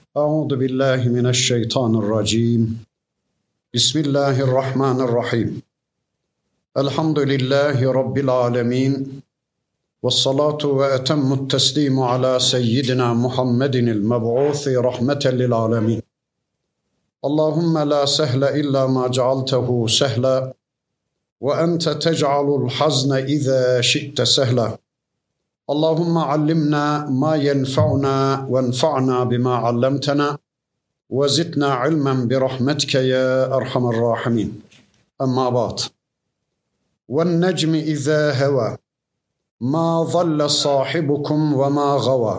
أعوذ بالله من الشيطان الرجيم. بسم الله الرحمن الرحيم. الحمد لله رب العالمين. والصلاة وأتم التسليم على سيدنا محمد المبعوث رحمة للعالمين. اللهم لا سهل إلا ما جعلته سهلا وأنت تجعل الحزن إذا شئت سهلا. اللهم علمنا ما ينفعنا وانفعنا بما علمتنا وزدنا علما برحمتك يا أرحم الراحمين. أما بعد. والنجم إذا هوى ما ضل صاحبكم وما غوى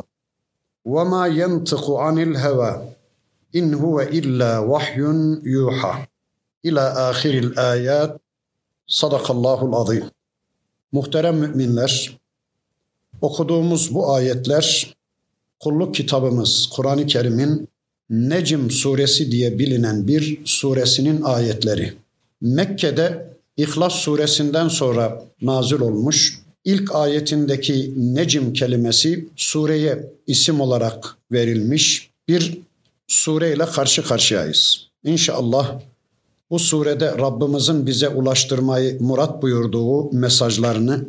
وما ينطق عن الهوى إن هو إلا وحي يوحى إلى آخر الآيات. Sadakallahul azim. Muhterem müminler, okuduğumuz bu ayetler kulluk kitabımız Kur'an-ı Kerim'in Necm suresi diye bilinen bir suresinin ayetleri. Mekke'de İhlas suresinden sonra nazil olmuş. İlk ayetindeki Necm kelimesi sureye isim olarak verilmiş bir sureyle karşı karşıyayız. İnşallah bu surede Rabbimizin bize ulaştırmayı murat buyurduğu mesajlarını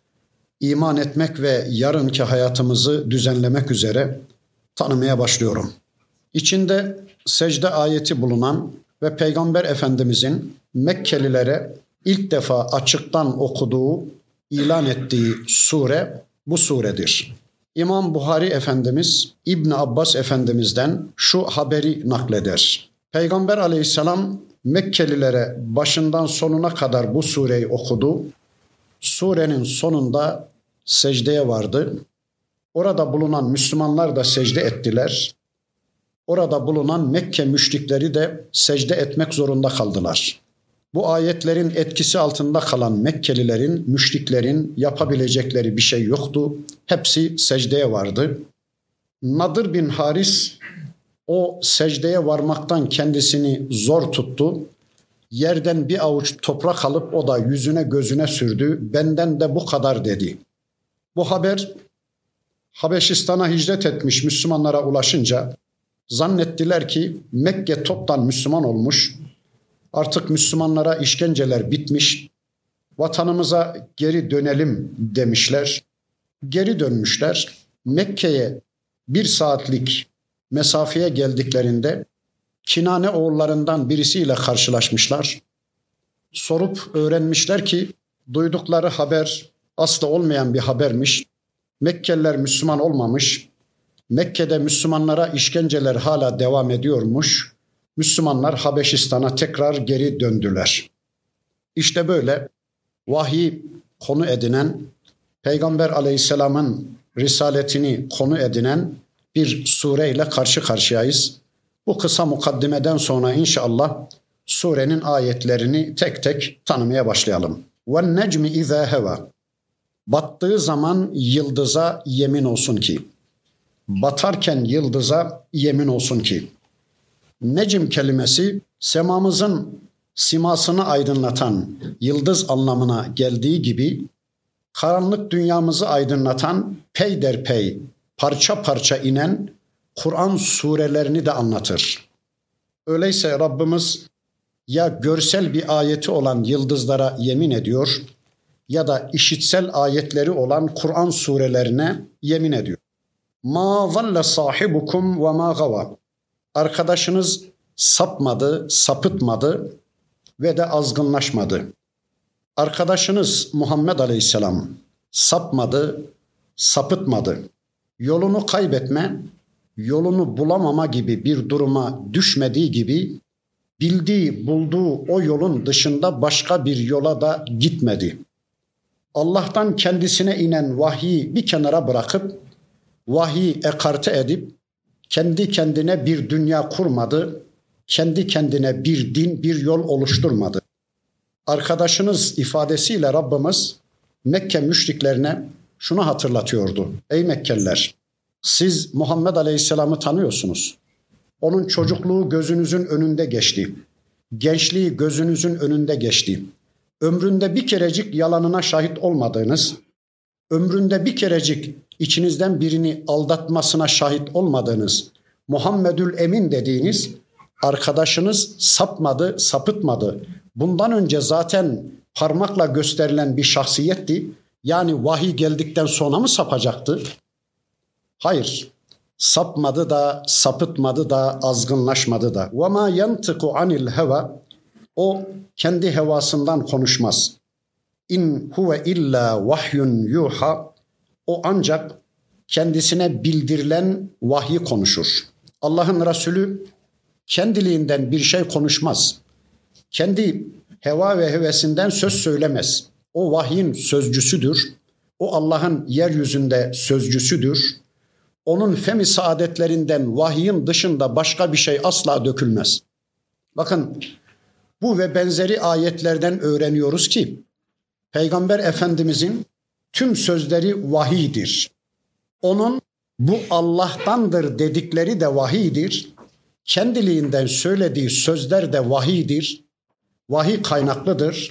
iman etmek ve yarınki hayatımızı düzenlemek üzere tanımaya başlıyorum. İçinde secde ayeti bulunan ve Peygamber Efendimizin Mekkelilere ilk defa açıktan okuduğu, ilan ettiği sure bu suredir. İmam Buhari Efendimiz İbn Abbas Efendimiz'den şu haberi nakleder. Peygamber Aleyhisselam Mekkelilere başından sonuna kadar bu sureyi okudu. Surenin sonunda secdeye vardı. Orada bulunan Müslümanlar da secde ettiler. Orada bulunan Mekke müşrikleri de secde etmek zorunda kaldılar. Bu ayetlerin etkisi altında kalan Mekkelilerin, müşriklerin yapabilecekleri bir şey yoktu. Hepsi secdeye vardı. Nadir bin Haris o secdeye varmaktan kendisini zor tuttu. Yerden bir avuç toprak alıp o da yüzüne gözüne sürdü. Benden de bu kadar dedi. Bu haber Habeşistan'a hicret etmiş Müslümanlara ulaşınca zannettiler ki Mekke toptan Müslüman olmuş. Artık Müslümanlara işkenceler bitmiş. Vatanımıza geri dönelim demişler. Geri dönmüşler. Mekke'ye 1 saatlik mesafeye geldiklerinde Kinane oğullarından birisiyle karşılaşmışlar. Sorup öğrenmişler ki duydukları haber aslı olmayan bir habermiş. Mekkeliler Müslüman olmamış. Mekke'de Müslümanlara işkenceler hala devam ediyormuş. Müslümanlar Habeşistan'a tekrar geri döndüler. İşte böyle vahiy konu edinen, Peygamber Aleyhisselam'ın risaletini konu edinen bir sureyle karşı karşıyayız. Bu kısa mukaddimeden sonra inşallah surenin ayetlerini tek tek tanımaya başlayalım. وَالنَّجْمِ اِذَا هَوَى Battığı zaman yıldıza yemin olsun ki. Batarken yıldıza yemin olsun ki. Necm kelimesi semamızın simasını aydınlatan yıldız anlamına geldiği gibi karanlık dünyamızı aydınlatan peyderpey parça parça inen Kur'an surelerini de anlatır. Öyleyse Rabbimiz ya görsel bir ayeti olan yıldızlara yemin ediyor ya da işitsel ayetleri olan Kur'an surelerine yemin ediyor. Ma zalle sahibukum ve ma gava. Arkadaşınız sapmadı, sapıtmadı ve de azgınlaşmadı. Arkadaşınız Muhammed Aleyhisselam sapmadı, sapıtmadı. Yolunu kaybetme, yolunu bulamama gibi bir duruma düşmediği gibi bildiği, bulduğu o yolun dışında başka bir yola da gitmedi. Allah'tan kendisine inen vahyi bir kenara bırakıp vahyi ekarte edip kendi kendine bir dünya kurmadı, kendi kendine bir din, bir yol oluşturmadı. Arkadaşınız ifadesiyle Rabbimiz Mekke müşriklerine şunu hatırlatıyordu. Ey Mekkeliler, siz Muhammed Aleyhisselam'ı tanıyorsunuz. Onun çocukluğu gözünüzün önünde geçti. Gençliği gözünüzün önünde geçti. Ömründe bir kerecik yalanına şahit olmadığınız, ömründe bir kerecik içinizden birini aldatmasına şahit olmadığınız Muhammedül Emin dediğiniz arkadaşınız sapmadı, sapıtmadı. Bundan önce zaten parmakla gösterilen bir şahsiyetti. Yani vahiy geldikten sonra mı sapacaktı? Hayır. Sapmadı da, sapıtmadı da, azgınlaşmadı da. وَمَا يَنْتِقُ عَنِ الْهَوَى O kendi hevasından konuşmaz. İn huve illa vahyun yuha O ancak kendisine bildirilen vahyi konuşur. Allah'ın Resulü kendiliğinden bir şey konuşmaz. Kendi heva ve hevesinden söz söylemez. O vahyin sözcüsüdür. O Allah'ın yeryüzünde sözcüsüdür. Onun femi saadetlerinden vahyin dışında başka bir şey asla dökülmez. Bakın bu ve benzeri ayetlerden öğreniyoruz ki Peygamber Efendimizin tüm sözleri vahiydir. Onun bu Allah'tandır dedikleri de vahiydir. Kendiliğinden söylediği sözler de vahiydir. Vahiy kaynaklıdır.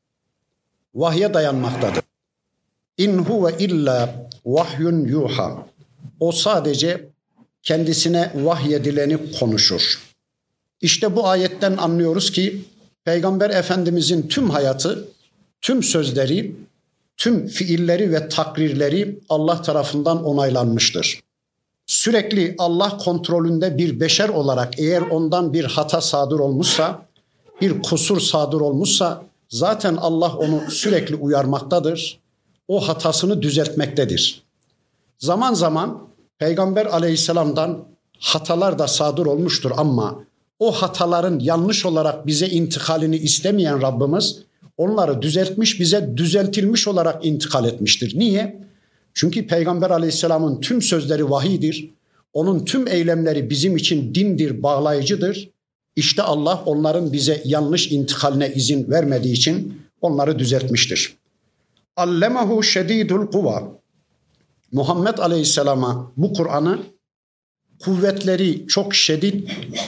Vahye dayanmaktadır. İn huve illa vahyun yuha O sadece kendisine vahyedileni konuşur. İşte bu ayetten anlıyoruz ki Peygamber Efendimizin tüm hayatı, tüm sözleri, tüm fiilleri ve takrirleri Allah tarafından onaylanmıştır. Sürekli Allah kontrolünde bir beşer olarak eğer ondan bir hata sadır olmuşsa, bir kusur sadır olmuşsa zaten Allah onu sürekli uyarmaktadır. O hatasını düzeltmektedir. Zaman zaman Peygamber Aleyhisselam'dan hatalar da sadır olmuştur ama o hataların yanlış olarak bize intikalini istemeyen Rabbimiz onları düzeltmiş, bize düzeltilmiş olarak intikal etmiştir. Niye? Çünkü Peygamber Aleyhisselam'ın tüm sözleri vahiydir. Onun tüm eylemleri bizim için dindir, bağlayıcıdır. İşte Allah onların bize yanlış intikaline izin vermediği için onları düzeltmiştir. Allemahu şedidul kuva Muhammed Aleyhisselam'a bu Kur'an'ı kuvvetleri çok şedid,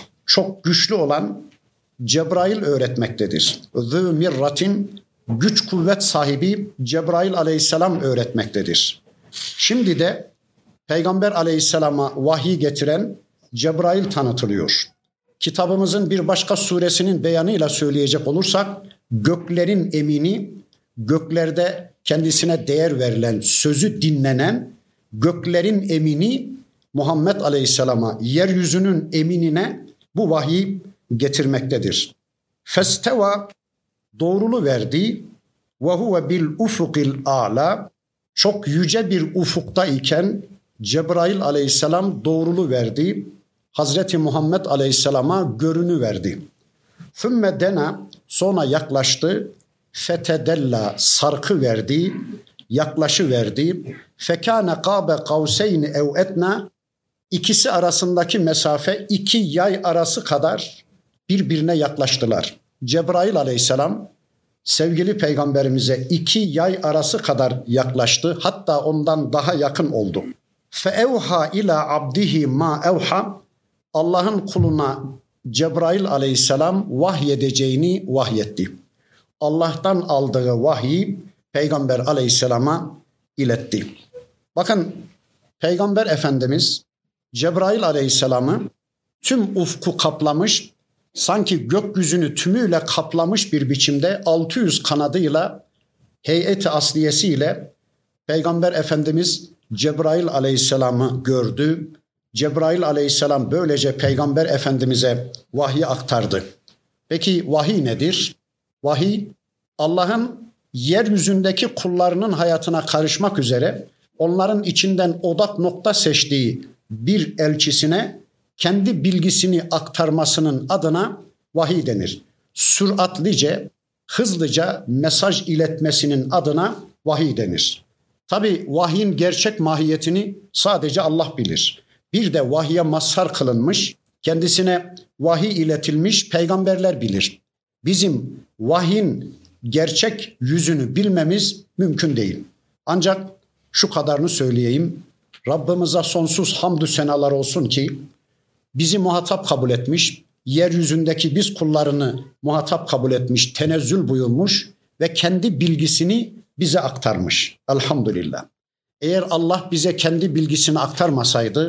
çok güçlü olan Cebrail öğretmektedir. Zü mirratin güç kuvvet sahibi Cebrail Aleyhisselam öğretmektedir. Şimdi de Peygamber Aleyhisselam'a vahiy getiren Cebrail tanıtılıyor. Kitabımızın bir başka suresinin beyanıyla söyleyecek olursak göklerin emini, göklerde kendisine değer verilen, sözü dinlenen göklerin emini Muhammed Aleyhisselam'a, yeryüzünün eminine bu vahiy getirmektedir. Festeva doğrulu verdi ve huve bil ufukil a'la çok yüce bir ufukta iken Cebrail Aleyhisselam doğrulu verdi. Hazreti Muhammed Aleyhisselam'a görünü verdi. Fümme dena sonra yaklaştı. Fetedella sarkı verdi. Yaklaşı verdi. Fekâne kâbe kavseyni ev etna İkisi arasındaki mesafe 2 yay arası kadar birbirine yaklaştılar. Cebrail Aleyhisselam sevgili peygamberimize 2 yay arası kadar yaklaştı. Hatta ondan daha yakın oldu. Feevha ila abdihi ma evha Allah'ın kuluna Cebrail Aleyhisselam vahyedeceğini vahyetti. Allah'tan aldığı vahyi Peygamber Aleyhisselam'a iletti. Bakın Peygamber Efendimiz Cebrail Aleyhisselam'ı tüm ufku kaplamış, sanki gökyüzünü tümüyle kaplamış bir biçimde 600 kanadıyla, heyeti asliyesiyle Peygamber Efendimiz Cebrail Aleyhisselam'ı gördü. Cebrail Aleyhisselam böylece Peygamber Efendimiz'e vahyi aktardı. Peki vahiy nedir? Vahiy Allah'ın yeryüzündeki kullarının hayatına karışmak üzere onların içinden odak nokta seçtiği bir elçisine kendi bilgisini aktarmasının adına vahiy denir. Süratlice, hızlıca mesaj iletmesinin adına vahiy denir. Tabi vahyin gerçek mahiyetini sadece Allah bilir. Bir de vahye mazhar kılınmış, kendisine vahiy iletilmiş peygamberler bilir. Bizim vahyin gerçek yüzünü bilmemiz mümkün değil. Ancak şu kadarını söyleyeyim. Rabbimize sonsuz hamdü senalar olsun ki bizi muhatap kabul etmiş, yeryüzündeki biz kullarını muhatap kabul etmiş, tenezzül buyurmuş ve kendi bilgisini bize aktarmış. Elhamdülillah. Eğer Allah bize kendi bilgisini aktarmasaydı,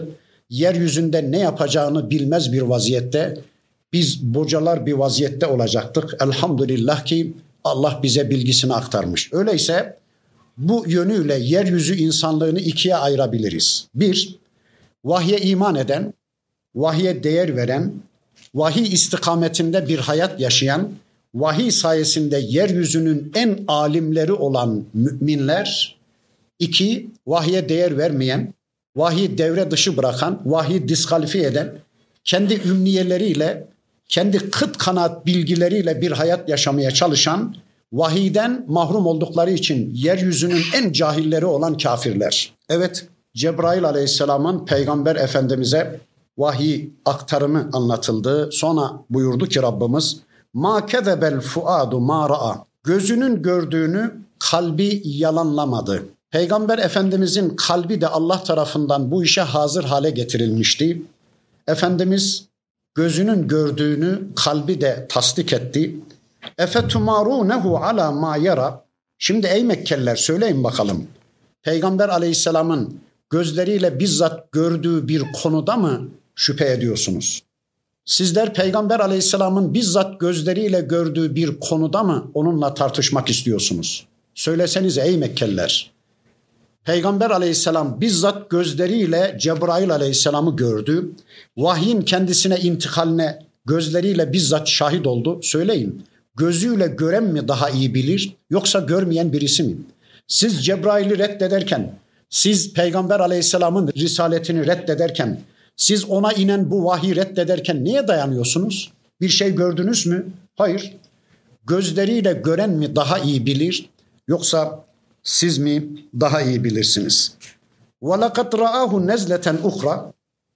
yeryüzünde ne yapacağını bilmez bir vaziyette, biz bocalar bir vaziyette olacaktık. Elhamdülillah ki Allah bize bilgisini aktarmış. Öyleyse bu yönüyle yeryüzü insanlığını ikiye ayırabiliriz. Bir, vahye iman eden, vahye değer veren, vahiy istikametinde bir hayat yaşayan, vahiy sayesinde yeryüzünün en alimleri olan müminler. İki, vahye değer vermeyen, vahiy devre dışı bırakan, vahiy diskalifiye eden, kendi ümniyeleriyle, kendi kıt kanaat bilgileriyle bir hayat yaşamaya çalışan, vahiyden mahrum oldukları için yeryüzünün en cahilleri olan kafirler. Evet, Cebrail aleyhisselamın Peygamber Efendimiz'e vahiy aktarımı anlatıldı. Sonra buyurdu ki Rabbimiz, "Ma kezebel fuadu ma ra'a." Gözünün gördüğünü kalbi yalanlamadı. Peygamber Efendimizin kalbi de Allah tarafından bu işe hazır hale getirilmişti. Efendimiz gözünün gördüğünü kalbi de tasdik etti. Efetumarunehu ala ma yara. Şimdi ey Mekkeliler söyleyin bakalım. Peygamber Aleyhisselam'ın gözleriyle bizzat gördüğü bir konuda mı şüphe ediyorsunuz? Sizler Peygamber Aleyhisselam'ın bizzat gözleriyle gördüğü bir konuda mı onunla tartışmak istiyorsunuz? Söylesenize ey Mekkeliler. Peygamber Aleyhisselam bizzat gözleriyle Cebrail Aleyhisselam'ı gördü. Vahyin kendisine intikaline gözleriyle bizzat şahit oldu. Söyleyin, gözüyle gören mi daha iyi bilir yoksa görmeyen birisi mi? Siz Cebrail'i reddederken, siz Peygamber Aleyhisselam'ın risaletini reddederken, siz ona inen bu vahyi reddederken neye dayanıyorsunuz? Bir şey gördünüz mü? Hayır. Gözleriyle gören mi daha iyi bilir yoksa siz mi daha iyi bilirsiniz? وَلَقَدْ رَآهُ نَزْلَةً اُخْرَى.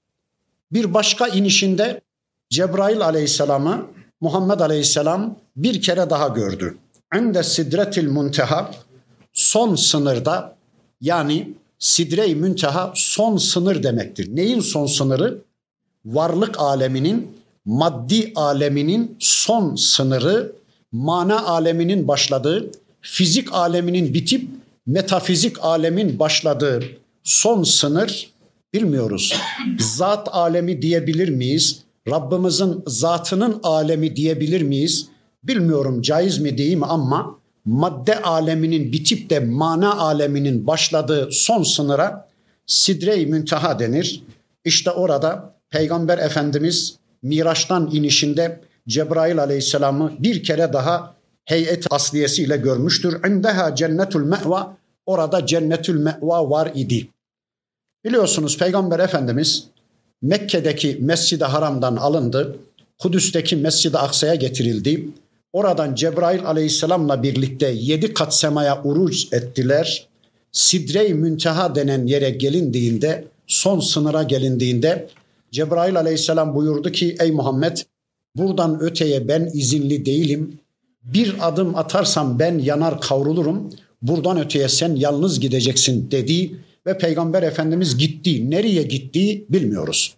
Bir başka inişinde Cebrail Aleyhisselam'ı Muhammed Aleyhisselam bir kere daha gördü. عِنْدَ sidretil munteha, son sınırda, yani sidre-i münteha son sınır demektir. Neyin son sınırı? Varlık aleminin, maddi aleminin son sınırı, mana aleminin başladığı, fizik aleminin bitip metafizik alemin başladığı son sınır bilmiyoruz. Zat alemi diyebilir miyiz? Rabbimizin zatının alemi diyebilir miyiz? Bilmiyorum caiz mi değil mi ama madde aleminin bitip de mana aleminin başladığı son sınıra sidre-i münteha denir. İşte orada Peygamber Efendimiz Miraç'tan inişinde Cebrail Aleyhisselam'ı bir kere daha heyet asliyesiyle görmüştür. İndeha cennetül me'va, orada cennetül me'va var idi. Biliyorsunuz Peygamber Efendimiz Mekke'deki Mescid-i Haram'dan alındı. Kudüs'teki Mescid-i Aksa'ya getirildi. Oradan Cebrail Aleyhisselam'la birlikte 7 kat semaya uruç ettiler. Sidre-i Münteha denen yere gelindiğinde, son sınıra gelindiğinde Cebrail Aleyhisselam buyurdu ki ey Muhammed, buradan öteye ben izinli değilim. Bir adım atarsam ben yanar kavrulurum. Buradan öteye sen yalnız gideceksin dedi ve Peygamber Efendimiz gitti. Nereye gitti bilmiyoruz.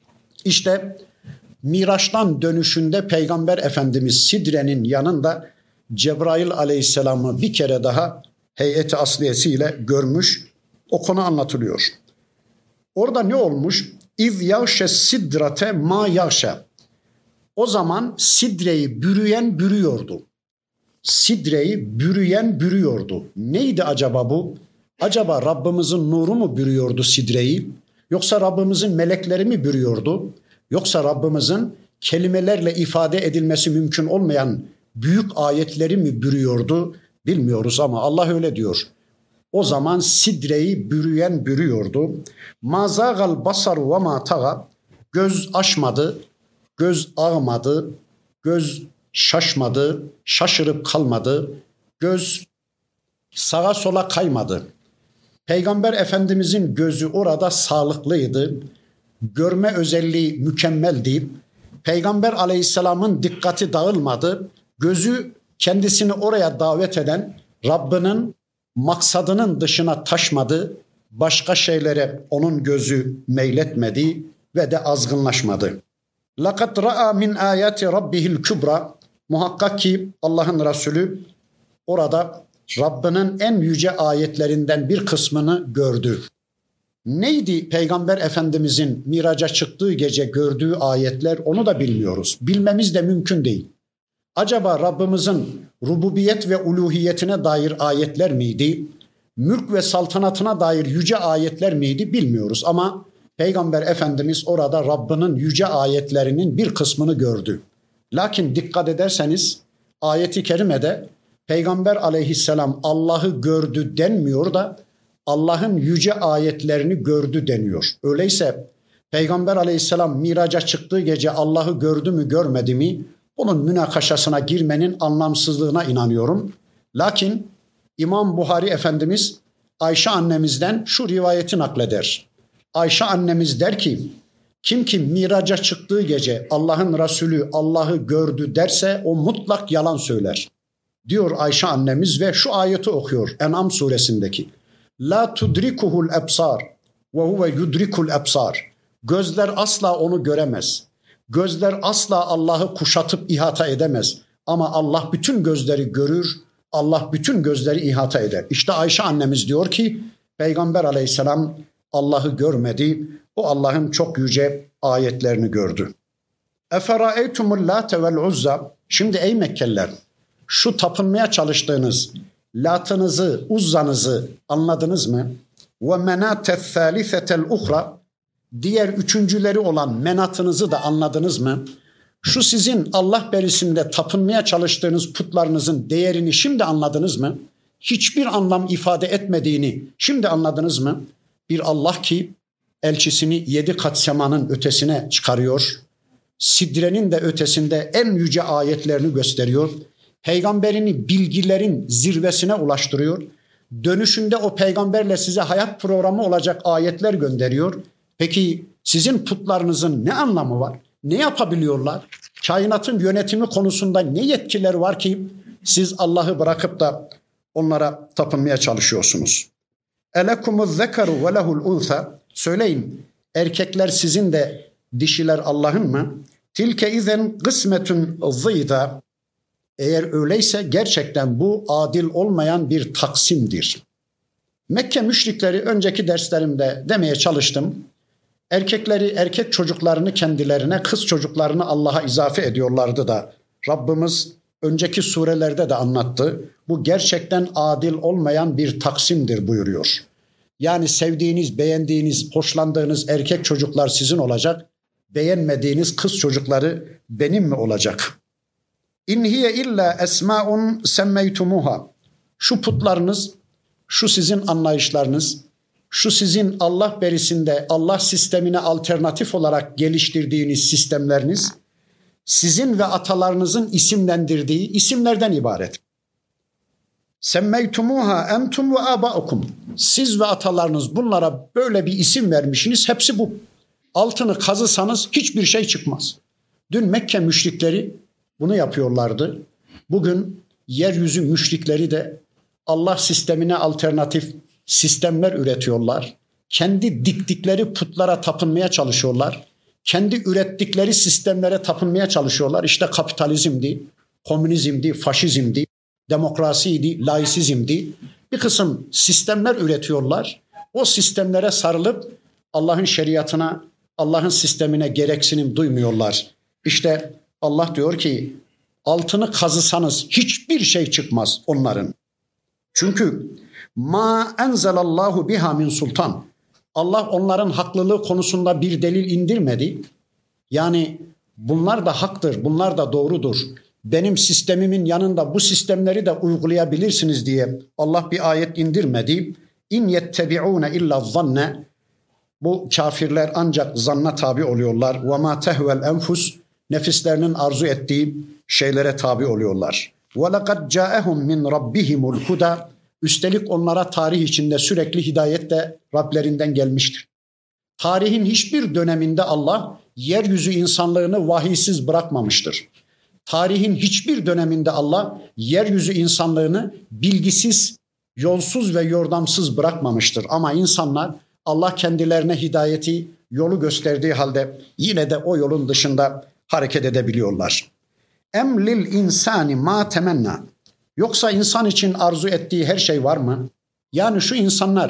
İşte Miraç'tan dönüşünde Peygamber Efendimiz Sidre'nin yanında Cebrail Aleyhisselam'ı bir kere daha heyeti asliyesiyle görmüş. O konu anlatılıyor. Orada ne olmuş? İz yavşe sidrate ma yavşe. O zaman sidreyi bürüyen bürüyordu. Sidreyi bürüyen bürüyordu. Neydi acaba bu? Acaba Rabbimizin nuru mu bürüyordu sidreyi? Yoksa Rabbimizin melekleri mi bürüyordu? Yoksa Rabbimizin kelimelerle ifade edilmesi mümkün olmayan büyük ayetleri mi bürüyordu? Bilmiyoruz ama Allah öyle diyor. O zaman sidreyi bürüyen bürüyordu. Mazagal basaru ve ma taga. Göz aşmadı, göz ağmadı, göz şaşmadı, şaşırıp kalmadı, göz sağa sola kaymadı. Peygamber Efendimizin gözü orada sağlıklıydı. Görme özelliği mükemmeldi. Peygamber Aleyhisselam'ın dikkati dağılmadı. Gözü kendisini oraya davet eden Rabbinin maksadının dışına taşmadı. Başka şeylere onun gözü meyletmedi ve de azgınlaşmadı. لَقَدْ رَأَى مِنْ آيَاتِ رَبِّهِ الْكُبْرَى. Muhakkak ki Allah'ın Resulü orada Rabbinin en yüce ayetlerinden bir kısmını gördü. Neydi Peygamber Efendimizin miraca çıktığı gece gördüğü ayetler, onu da bilmiyoruz. Bilmemiz de mümkün değil. Acaba Rabbimizin rububiyet ve uluhiyetine dair ayetler miydi? Mülk ve saltanatına dair yüce ayetler miydi? Bilmiyoruz ama Peygamber Efendimiz orada Rabbinin yüce ayetlerinin bir kısmını gördü. Lakin dikkat ederseniz ayeti kerimede Peygamber aleyhisselam Allah'ı gördü denmiyor da Allah'ın yüce ayetlerini gördü deniyor. Öyleyse Peygamber aleyhisselam miraca çıktığı gece Allah'ı gördü mü görmedi mi? Bunun münakaşasına girmenin anlamsızlığına inanıyorum. Lakin İmam Buhari Efendimiz Ayşe annemizden şu rivayeti nakleder. Ayşe annemiz der ki, kim ki miraca çıktığı gece Allah'ın Resulü Allah'ı gördü derse o mutlak yalan söyler. Diyor Ayşe annemiz ve şu ayeti okuyor En'am suresindeki. La tudrikuhul ebsar ve huve yudrikul ebsar. Gözler asla onu göremez. Gözler asla Allah'ı kuşatıp ihata edemez. Ama Allah bütün gözleri görür, Allah bütün gözleri ihata eder. İşte Ayşe annemiz diyor ki Peygamber aleyhisselam Allah'ı görmedi, o Allah'ın çok yüce ayetlerini gördü. Eferaeytumul late vel uzza. Şimdi ey Mekkeliler, şu tapınmaya çalıştığınız Lat'ınızı, Uzza'nızı anladınız mı? Ve menâtet thâlisetel uhra. Diğer üçüncüleri olan menatınızı da anladınız mı? Şu sizin Allah berisinde tapınmaya çalıştığınız putlarınızın değerini şimdi anladınız mı? Hiçbir anlam ifade etmediğini şimdi anladınız mı? Bir Allah ki elçisini 7 kat semanın ötesine çıkarıyor. Sidrenin de ötesinde en yüce ayetlerini gösteriyor. Peygamberini bilgilerin zirvesine ulaştırıyor. Dönüşünde o peygamberle size hayat programı olacak ayetler gönderiyor. Peki sizin putlarınızın ne anlamı var? Ne yapabiliyorlar? Kainatın yönetimi konusunda ne yetkileri var ki siz Allah'ı bırakıp da onlara tapınmaya çalışıyorsunuz? Elekumuz zekaru ve lehul unsa. Söyleyin, erkekler sizin de dişiler Allah'ın mı? Tilke izen kısmetun zıyda. Eğer öyleyse gerçekten bu adil olmayan bir taksimdir. Mekke müşrikleri önceki derslerimde demeye çalıştım. Erkekleri, erkek çocuklarını kendilerine, kız çocuklarını Allah'a izafe ediyorlardı da Rabbimiz önceki surelerde de anlattı. Bu gerçekten adil olmayan bir taksimdir buyuruyor. Yani sevdiğiniz, beğendiğiniz, hoşlandığınız erkek çocuklar sizin olacak. Beğenmediğiniz kız çocukları benim mi olacak? İn hiye illa esmaun semmeytumuha. Şu putlarınız, şu sizin anlayışlarınız, şu sizin Allah berisinde Allah sistemine alternatif olarak geliştirdiğiniz sistemleriniz, sizin ve atalarınızın isimlendirdiği isimlerden ibaret. Semmeytumuha entum ve abaukum. Siz ve atalarınız bunlara böyle bir isim vermişsiniz. Hepsi bu. Altını kazısanız hiçbir şey çıkmaz. Dün Mekke müşrikleri bunu yapıyorlardı. Bugün yeryüzü müşrikleri de Allah sistemine alternatif sistemler üretiyorlar. Kendi diktikleri putlara tapınmaya çalışıyorlar. Kendi ürettikleri sistemlere tapınmaya çalışıyorlar. İşte kapitalizmdi, komünizmdi, faşizmdi, demokrasiydi, laisizmdi. Bir kısım sistemler üretiyorlar. O sistemlere sarılıp Allah'ın şeriatına, Allah'ın sistemine gereksinim duymuyorlar. İşte Allah diyor ki altını kazısanız hiçbir şey çıkmaz onların. Çünkü ma enzelallahu biha min sultan. Allah onların haklılığı konusunda bir delil indirmedi. Yani bunlar da haktır, bunlar da doğrudur. Benim sistemimin yanında bu sistemleri de uygulayabilirsiniz diye Allah bir ayet indirmedi. İn yettebi'une illa zanne. Bu kafirler ancak zanna tabi oluyorlar. Ve ma tehvel enfus. Nefislerinin arzu ettiği şeylere tabi oluyorlar. Ve lekad ca'ehum min rabbihimul huda. Üstelik onlara tarih içinde sürekli hidayet de Rablerinden gelmiştir. Tarihin hiçbir döneminde Allah yeryüzü insanlığını vahiysiz bırakmamıştır. Tarihin hiçbir döneminde Allah yeryüzü insanlığını bilgisiz, yolsuz ve yordamsız bırakmamıştır. Ama insanlar Allah kendilerine hidayeti, yolu gösterdiği halde yine de o yolun dışında hareket edebiliyorlar. Em lil insani ma temenna. Yoksa insan için arzu ettiği her şey var mı? Yani şu insanlar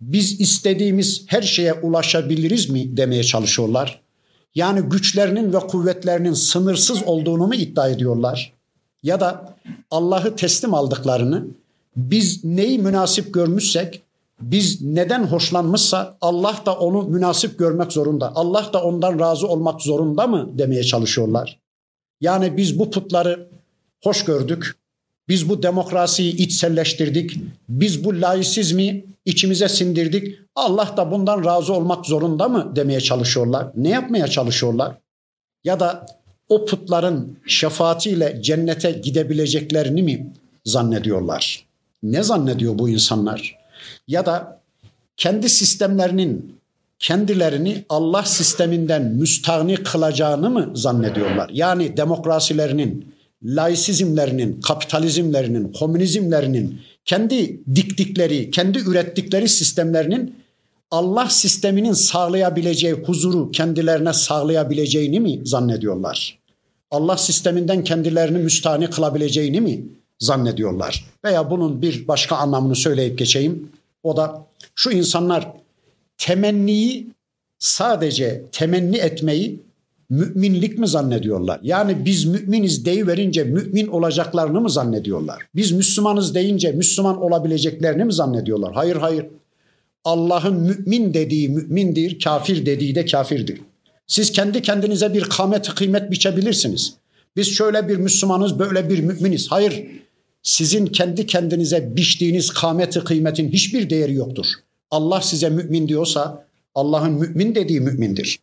biz istediğimiz her şeye ulaşabiliriz mi demeye çalışıyorlar. Yani güçlerinin ve kuvvetlerinin sınırsız olduğunu mu iddia ediyorlar? Ya da Allah'ı teslim aldıklarını, biz neyi münasip görmüşsek, biz neden hoşlanmışsa Allah da onu münasip görmek zorunda. Allah da ondan razı olmak zorunda mı demeye çalışıyorlar. Yani biz bu putları hoş gördük. Biz bu demokrasiyi içselleştirdik. Biz bu laisizmi içimize sindirdik. Allah da bundan razı olmak zorunda mı demeye çalışıyorlar. Ne yapmaya çalışıyorlar? Ya da o putların şefaatiyle cennete gidebileceklerini mi zannediyorlar? Ne zannediyor bu insanlar? Ya da kendi sistemlerinin kendilerini Allah sisteminden müstahni kılacağını mı zannediyorlar? Yani demokrasilerinin, laisizmlerinin, kapitalizmlerinin, komünizmlerinin, kendi diktikleri, kendi ürettikleri sistemlerinin Allah sisteminin sağlayabileceği huzuru kendilerine sağlayabileceğini mi zannediyorlar? Allah sisteminden kendilerini müstahni kılabileceğini mi zannediyorlar? Veya bunun bir başka anlamını söyleyip geçeyim. O da şu insanlar temenniyi, sadece temenni etmeyi müminlik mi zannediyorlar? Yani biz müminiz deyiverince mümin olacaklarını mı zannediyorlar? Biz Müslümanız deyince Müslüman olabileceklerini mi zannediyorlar? Hayır, hayır. Allah'ın mümin dediği mümindir, kafir dediği de kafirdir. Siz kendi kendinize bir kıymet biçebilirsiniz. Biz şöyle bir Müslümanız, böyle bir müminiz. Hayır, sizin kendi kendinize biçtiğiniz kıymetin hiçbir değeri yoktur. Allah size mümin diyorsa Allah'ın mümin dediği mümindir.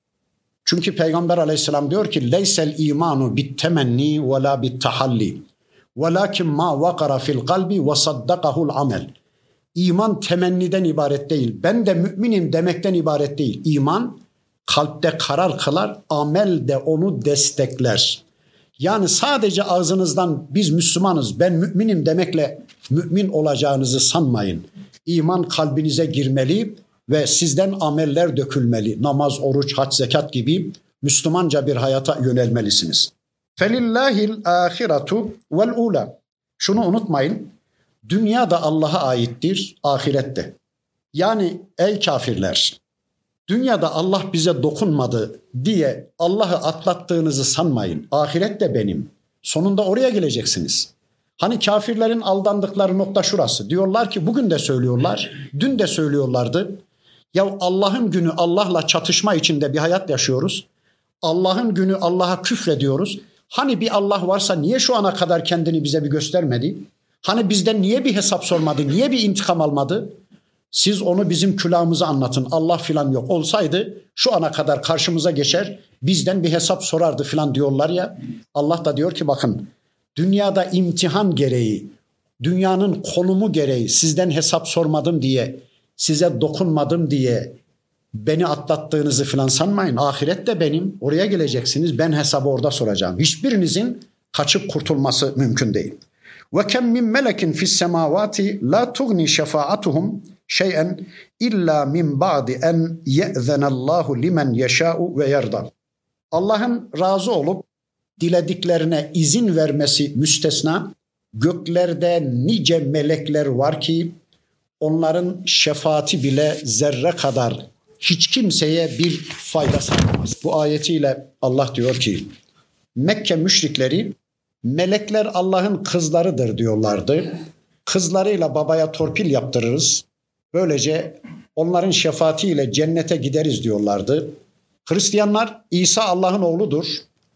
Çünkü Peygamber Aleyhisselam diyor ki leysel imanu bit temenni ve la bit tahalli velakin ma vakara fil kalbi ve saddakahul amel. İman temenniden ibaret değil. Ben de müminim demekten ibaret değil. İman kalpte karar kılar, amel de onu destekler. Yani sadece ağzınızdan biz Müslümanız, ben müminim demekle mümin olacağınızı sanmayın. İman kalbinize girmeli ve sizden ameller dökülmeli. Namaz, oruç, hac, zekat gibi Müslümanca bir hayata yönelmelisiniz. Felillahil ahiretu vel ula. Şunu unutmayın. Dünya da Allah'a aittir, ahirette. Yani ey kafirler, dünyada Allah bize dokunmadı diye Allah'ı atlattığınızı sanmayın. Ahiret de benim. Sonunda oraya geleceksiniz. Hani kafirlerin aldandıkları nokta şurası. Diyorlar ki bugün de söylüyorlar, dün de söylüyorlardı. Ya Allah'ın günü Allah'la çatışma içinde bir hayat yaşıyoruz. Allah'ın günü Allah'a küfrediyoruz. Hani bir Allah varsa niye şu ana kadar kendini bize bir göstermedi? Hani bizden niye bir hesap sormadı? Niye bir intikam almadı? Siz onu bizim külahımıza anlatın. Allah filan yok. Olsaydı şu ana kadar karşımıza geçer, bizden bir hesap sorardı filan diyorlar ya. Allah da diyor ki bakın, dünyada imtihan gereği, dünyanın konumu gereği sizden hesap sormadım diye, size dokunmadım diye beni atlattığınızı filan sanmayın. Ahiret de benim. Oraya geleceksiniz. Ben hesabı orada soracağım. Hiçbirinizin kaçıp kurtulması mümkün değil. Ve kem min melekin fis semavati la tugni şefaatuhum şey'en illa min ba'di en ye'zenallahu limen yeşâ'u ve yerda. Allah'ın razı olup dilediklerine izin vermesi müstesna, göklerde nice melekler var ki onların şefaati bile zerre kadar hiç kimseye bir fayda sağlamaz. Bu ayetiyle Allah diyor ki Mekke müşrikleri melekler Allah'ın kızlarıdır diyorlardı. Kızlarıyla babaya torpil yaptırırız. Böylece onların şefaatiyle cennete gideriz diyorlardı. Hristiyanlar İsa Allah'ın oğludur.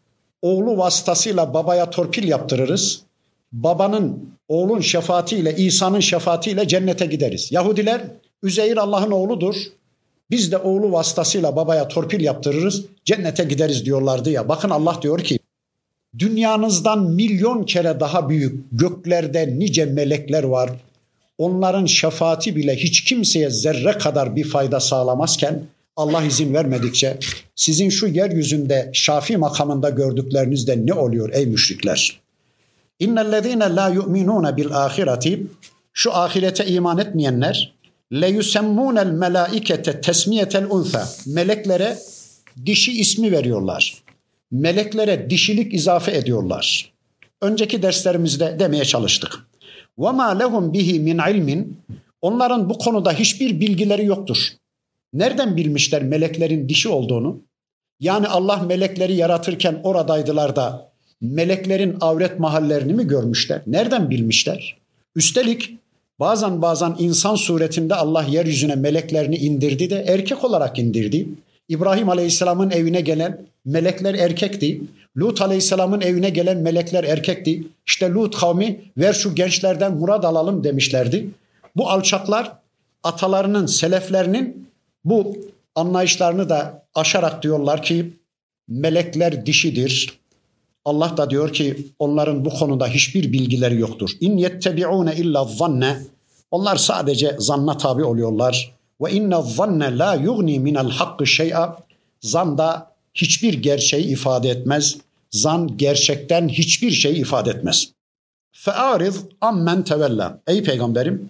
Oğlu vasıtasıyla babaya torpil yaptırırız. Babanın, oğlun şefaatiyle, İsa'nın şefaatiyle cennete gideriz. Yahudiler Üzeyir Allah'ın oğludur. Biz de oğlu vasıtasıyla babaya torpil yaptırırız, cennete gideriz diyorlardı ya. Bakın Allah diyor ki dünyanızdan milyon kere daha büyük göklerde nice melekler var. Onların şefaati bile hiç kimseye zerre kadar bir fayda sağlamazken Allah izin vermedikçe sizin şu yeryüzünde şafi makamında gördüklerinizde ne oluyor ey müşrikler? İnnellezîne lâ yu'minûne bil âhireti, şu ahirete iman etmeyenler le yusemmûnel melâikete tesmiyetel unsa, meleklere dişi ismi veriyorlar. Meleklere dişilik izafe ediyorlar. Önceki derslerimizde demeye çalıştık. وَمَا لَهُمْ bihi min ilmin, Onların bu konuda hiçbir bilgileri yoktur. Nereden bilmişler meleklerin dişi olduğunu? Yani Allah melekleri yaratırken oradaydılar da meleklerin avret mahallerini mi görmüşler? Nereden bilmişler? Üstelik bazen insan suretinde Allah yeryüzüne meleklerini indirdi de erkek olarak indirdi. İbrahim Aleyhisselam'ın evine gelen melekler erkekti. Lut Aleyhisselam'ın evine gelen melekler erkekti. İşte Lut kavmi ver şu gençlerden murad alalım demişlerdi. Bu alçaklar atalarının, seleflerinin bu anlayışlarını da aşarak diyorlar ki melekler dişidir. Allah da diyor ki onların bu konuda hiçbir bilgileri yoktur. İn yettebi'une illa zanne. Onlar sadece zanna tabi oluyorlar. Ve inne zanne la yugni minel hakkı şey'a. Zan da hiçbir gerçeği ifade etmez. Zan gerçekten hiçbir şey ifade etmez. Fe'ariz ammen tevella. Ey peygamberim,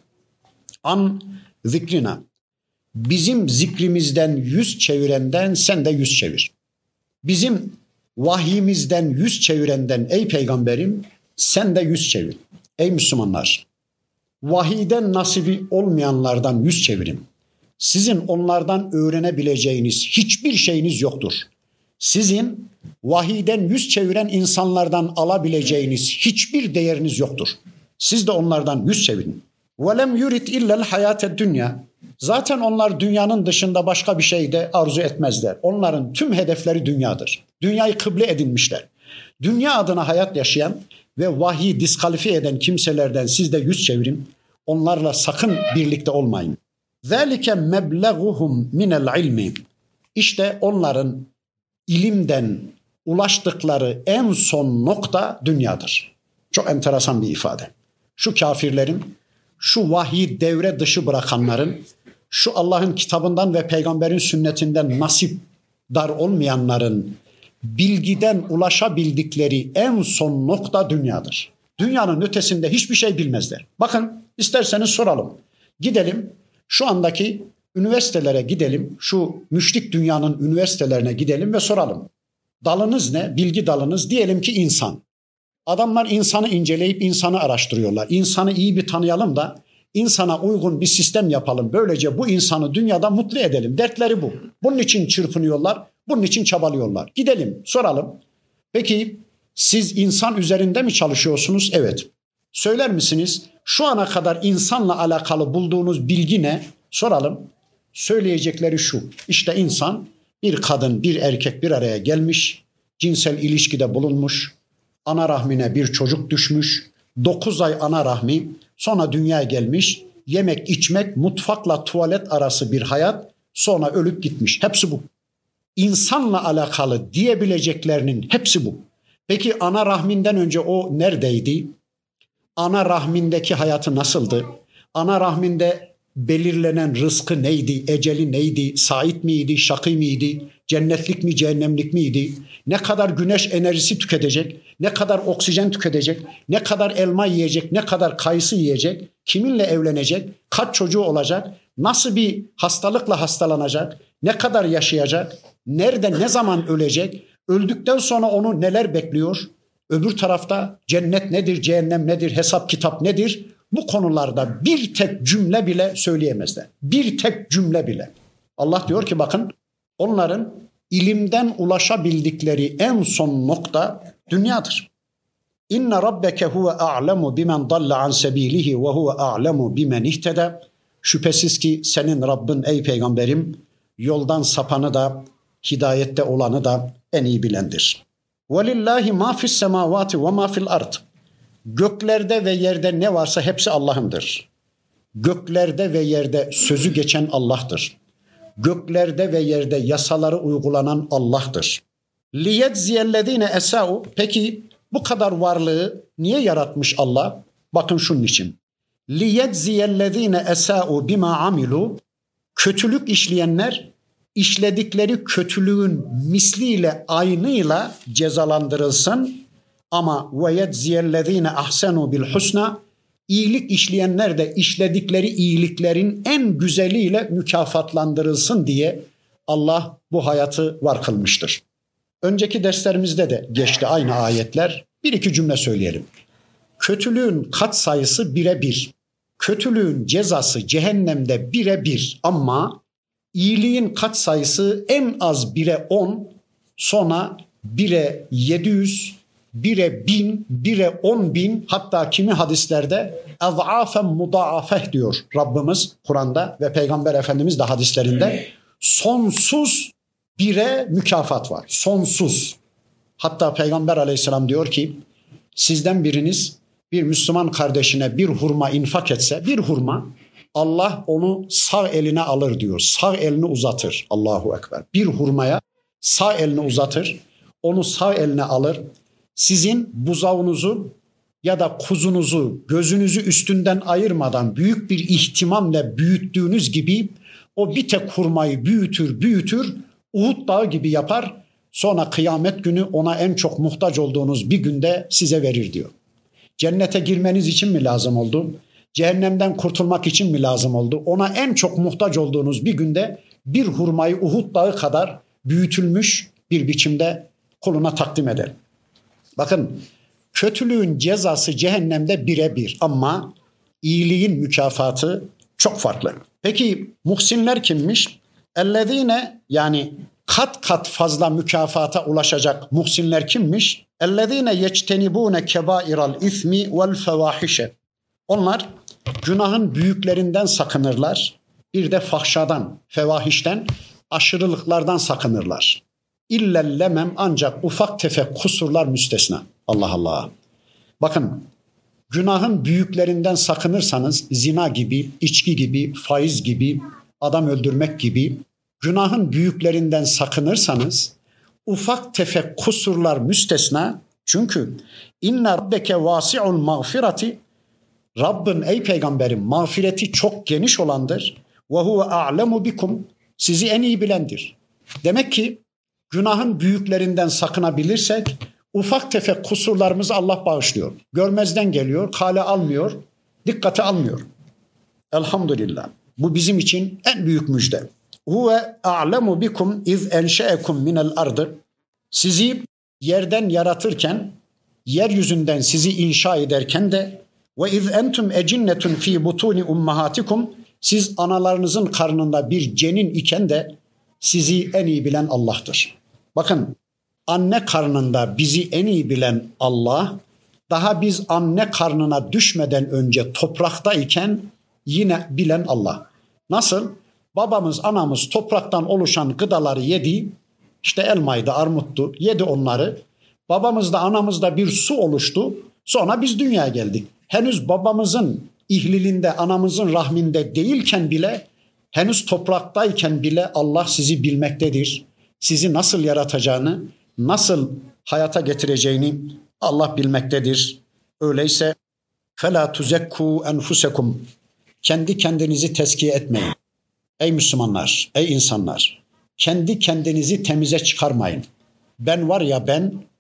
an zikrina. Bizim zikrimizden yüz çevirenden sen de yüz çevir. Bizim vahyimizden yüz çevirenden ey peygamberim sen de yüz çevir. Ey Müslümanlar, vahiyden nasibi olmayanlardan yüz çevirin. Sizin onlardan öğrenebileceğiniz hiçbir şeyiniz yoktur. Sizin vahiyden yüz çeviren insanlardan alabileceğiniz hiçbir değeriniz yoktur. Siz de onlardan yüz çevirin. وَلَمْ يُرِدْ اِلَّا الْحَيَاةَ الدُّنْيَا. Zaten onlar dünyanın dışında başka bir şey de arzu etmezler. Onların tüm hedefleri dünyadır. Dünyayı kıble edinmişler. Dünya adına hayat yaşayan ve vahiy diskalifiye eden kimselerden siz de yüz çevirin. Onlarla sakın birlikte olmayın. ذَٰلِكَ مَبْلَغُهُمْ مِنَ الْعِلْمِ. İşte onların ilimden ulaştıkları en son nokta dünyadır. Çok enteresan bir ifade. Şu kafirlerin, şu vahiy devre dışı bırakanların, şu Allah'ın kitabından ve peygamberin sünnetinden nasip dar olmayanların bilgiden ulaşabildikleri en son nokta dünyadır. Dünyanın ötesinde hiçbir şey bilmezler. Bakın isterseniz soralım. Gidelim şu andaki üniversitelere gidelim, şu müşrik dünyanın üniversitelerine gidelim ve soralım. Dalınız ne? Bilgi dalınız diyelim ki insan. Adamlar insanı inceleyip insanı araştırıyorlar. İnsanı iyi bir tanıyalım da insana uygun bir sistem yapalım. Böylece bu insanı dünyada mutlu edelim. Dertleri bu. Bunun için çırpınıyorlar, bunun için çabalıyorlar. Gidelim, soralım. Peki siz insan üzerinde mi çalışıyorsunuz? Evet. Söyler misiniz? Şu ana kadar insanla alakalı bulduğunuz bilgi ne? Soralım. Söyleyecekleri şu. İşte insan bir kadın, bir erkek bir araya gelmiş, cinsel ilişkide bulunmuş, ana rahmine bir çocuk düşmüş, 9 ay ana rahmi, sonra dünyaya gelmiş, yemek, içmek, mutfakla tuvalet arası bir hayat, sonra ölüp gitmiş. Hepsi bu. İnsanla alakalı diyebileceklerinin hepsi bu. Peki ana rahminden önce o neredeydi? Ana rahmindeki hayatı nasıldı? Ana rahminde belirlenen rızkı neydi? Eceli neydi? Sait miydi? Şakî miydi? Cennetlik mi? Cehennemlik miydi? Ne kadar güneş enerjisi tüketecek? Ne kadar oksijen tüketecek? Ne kadar elma yiyecek? Ne kadar kayısı yiyecek? Kiminle evlenecek? Kaç çocuğu olacak? Nasıl bir hastalıkla hastalanacak? Ne kadar yaşayacak? Nerede, ne zaman ölecek? Öldükten sonra onu neler bekliyor? Öbür tarafta cennet nedir, cehennem nedir, hesap kitap nedir? Bu konularda bir tek cümle bile söyleyemezler. Bir tek cümle bile. Allah diyor ki bakın onların ilimden ulaşabildikleri en son nokta dünyadır. İnne rabbeke huve a'lemu bimen dalle an sebilihi ve huve a'lemu bimen ihteda. Şüphesiz ki senin Rabbin ey peygamberim yoldan sapanı da hidayette olanı da en iyi bilendir. Velillahi ma fis semavati ve ma fil ard. Göklerde ve yerde ne varsa hepsi Allah'ındır. Göklerde ve yerde sözü geçen Allah'tır. Göklerde ve yerde yasaları uygulanan Allah'tır. Liyedziyellezine esau. Peki bu kadar varlığı niye yaratmış Allah? Bakın şunun için. Liyedziyellezine esau bima amilu. Kötülük işleyenler işledikleri kötülüğün misliyle aynıyla cezalandırılsın. Ama ve yedziyellezine ahsenu bil husna. İyilik işleyenler de işledikleri iyiliklerin en güzeliyle mükafatlandırılsın diye Allah bu hayatı var kılmıştır. Önceki derslerimizde de geçti aynı ayetler. Bir iki cümle söyleyelim. Kötülüğün katsayısı 1'e 1. kötülüğün cezası cehennemde 1'e 1 ama iyiliğin katsayısı en az 1'e 10, sonra 1'e 700, 1'e 1000, 1'e 10.000, hatta kimi hadislerde ez'afen mudaafeh diyor Rabbimiz Kur'an'da ve Peygamber Efendimiz de hadislerinde. Sonsuz 1'e mükafat var. Sonsuz. Hatta Peygamber Aleyhisselam diyor ki sizden biriniz bir Müslüman kardeşine bir hurma infak etse, bir hurma, Allah onu sağ eline alır diyor. Sağ elini uzatır. Allahu Ekber. Bir hurmaya sağ elini uzatır. Onu sağ eline alır. Sizin buzağınızı ya da kuzunuzu gözünüzü üstünden ayırmadan büyük bir ihtimamla büyüttüğünüz gibi o bir tek hurmayı büyütür, Uhud dağı gibi yapar. Sonra kıyamet günü ona en çok muhtaç olduğunuz bir günde size verir diyor. Cennete girmeniz için mi lazım oldu? Cehennemden kurtulmak için mi lazım oldu? Ona en çok muhtaç olduğunuz bir günde bir hurmayı Uhud dağı kadar büyütülmüş bir biçimde kuluna takdim eder. Bakın, kötülüğün cezası cehennemde 1'e 1 ama iyiliğin mükafatı çok farklı. Peki muhsinler kimmiş? Ellezine, yani kat kat fazla mükafata ulaşacak muhsinler kimmiş? Ellezine yectenibune kebairal ismi vel fevahişe. Onlar günahın büyüklerinden sakınırlar. Bir de fahşadan, fevahişten, aşırılıklardan sakınırlar. İllellemem, ancak ufak tefek kusurlar müstesna. Allah Allah. Bakın, günahın büyüklerinden sakınırsanız zina gibi, içki gibi, faiz gibi, adam öldürmek gibi günahın büyüklerinden sakınırsanız ufak tefek kusurlar müstesna. Çünkü inne rabbeke vasi'ul mağfirati, Rabbin ey peygamberim mağfireti çok geniş olandır. Ve huve a'lemu bikum, sizi en iyi bilendir. Demek ki günahın büyüklerinden sakınabilirsek ufak tefek kusurlarımızı Allah bağışlıyor. Görmezden geliyor, kale almıyor, dikkate almıyor. Elhamdülillah. Bu bizim için en büyük müjde. Huve a'lemu bikum iz enşe'ekum minel ardı. Sizi yerden yaratırken, yeryüzünden sizi inşa ederken de ve iz entum ecinnetun fi butuni ummahatikum, siz analarınızın karnında bir cenin iken de sizi en iyi bilen Allah'tır. Bakın, anne karnında bizi en iyi bilen Allah, daha biz anne karnına düşmeden önce topraktayken yine bilen Allah. Nasıl? Babamız, anamız topraktan oluşan gıdaları yedi. İşte elmaydı, armuttu, yedi onları. Babamızda, anamızda bir su oluştu. Sonra biz dünyaya geldik. Henüz babamızın ihlilinde, anamızın rahminde değilken bile, henüz topraktayken bile Allah sizi bilmektedir. Sizi nasıl yaratacağını, nasıl hayata getireceğini Allah bilmektedir. Öyleyse فَلَا تُزَكُّوا أَنْفُسَكُمْ, kendi kendinizi tezkiye etmeyin. Ey Müslümanlar, ey insanlar, kendi kendinizi temize çıkarmayın. Ben var ya,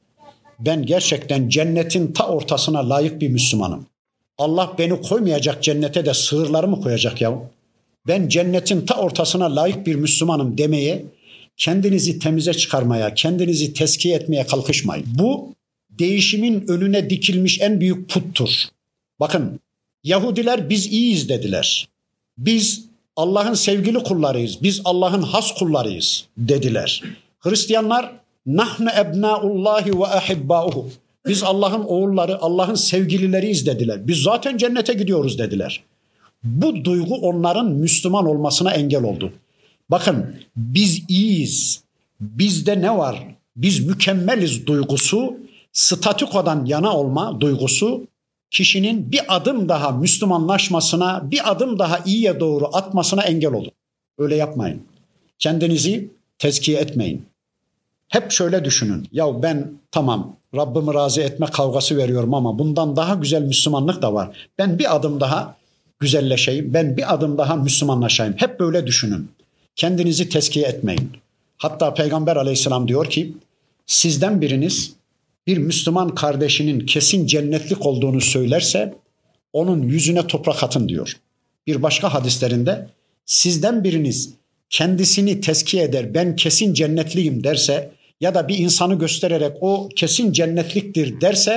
ben gerçekten cennetin ta ortasına layık bir Müslümanım. Allah beni koymayacak cennete de sığırlarımı koyacak ya. Ben cennetin ta ortasına layık bir Müslümanım demeye, kendinizi temize çıkarmaya, kendinizi tezkiye etmeye kalkışmayın. Bu değişimin önüne dikilmiş en büyük puttur. Bakın, Yahudiler biz iyiyiz dediler. Biz Allah'ın sevgili kullarıyız, biz Allah'ın has kullarıyız dediler. Hristiyanlar nahnu ebnaullahi ve ahibbauhu, biz Allah'ın oğulları, Allah'ın sevgilileriyiz dediler. Biz zaten cennete gidiyoruz dediler. Bu duygu onların Müslüman olmasına engel oldu. Bakın, biz iyiyiz, bizde ne var, biz mükemmeliz duygusu, statükodan yana olma duygusu, kişinin bir adım daha Müslümanlaşmasına, bir adım daha iyiye doğru atmasına engel olur. Öyle yapmayın. Kendinizi tezkiye etmeyin. Hep şöyle düşünün. Ya ben tamam Rabbimi razı etme kavgası veriyorum ama bundan daha güzel Müslümanlık da var. Ben bir adım daha güzelleşeyim, ben bir adım daha Müslümanlaşayım. Hep böyle düşünün. Kendinizi tezkiye etmeyin. Hatta Peygamber Aleyhisselam diyor ki, sizden biriniz bir Müslüman kardeşinin kesin cennetlik olduğunu söylerse onun yüzüne toprak atın diyor. Bir başka hadislerinde sizden biriniz kendisini tezkiye eder, ben kesin cennetliyim derse ya da bir insanı göstererek o kesin cennetliktir derse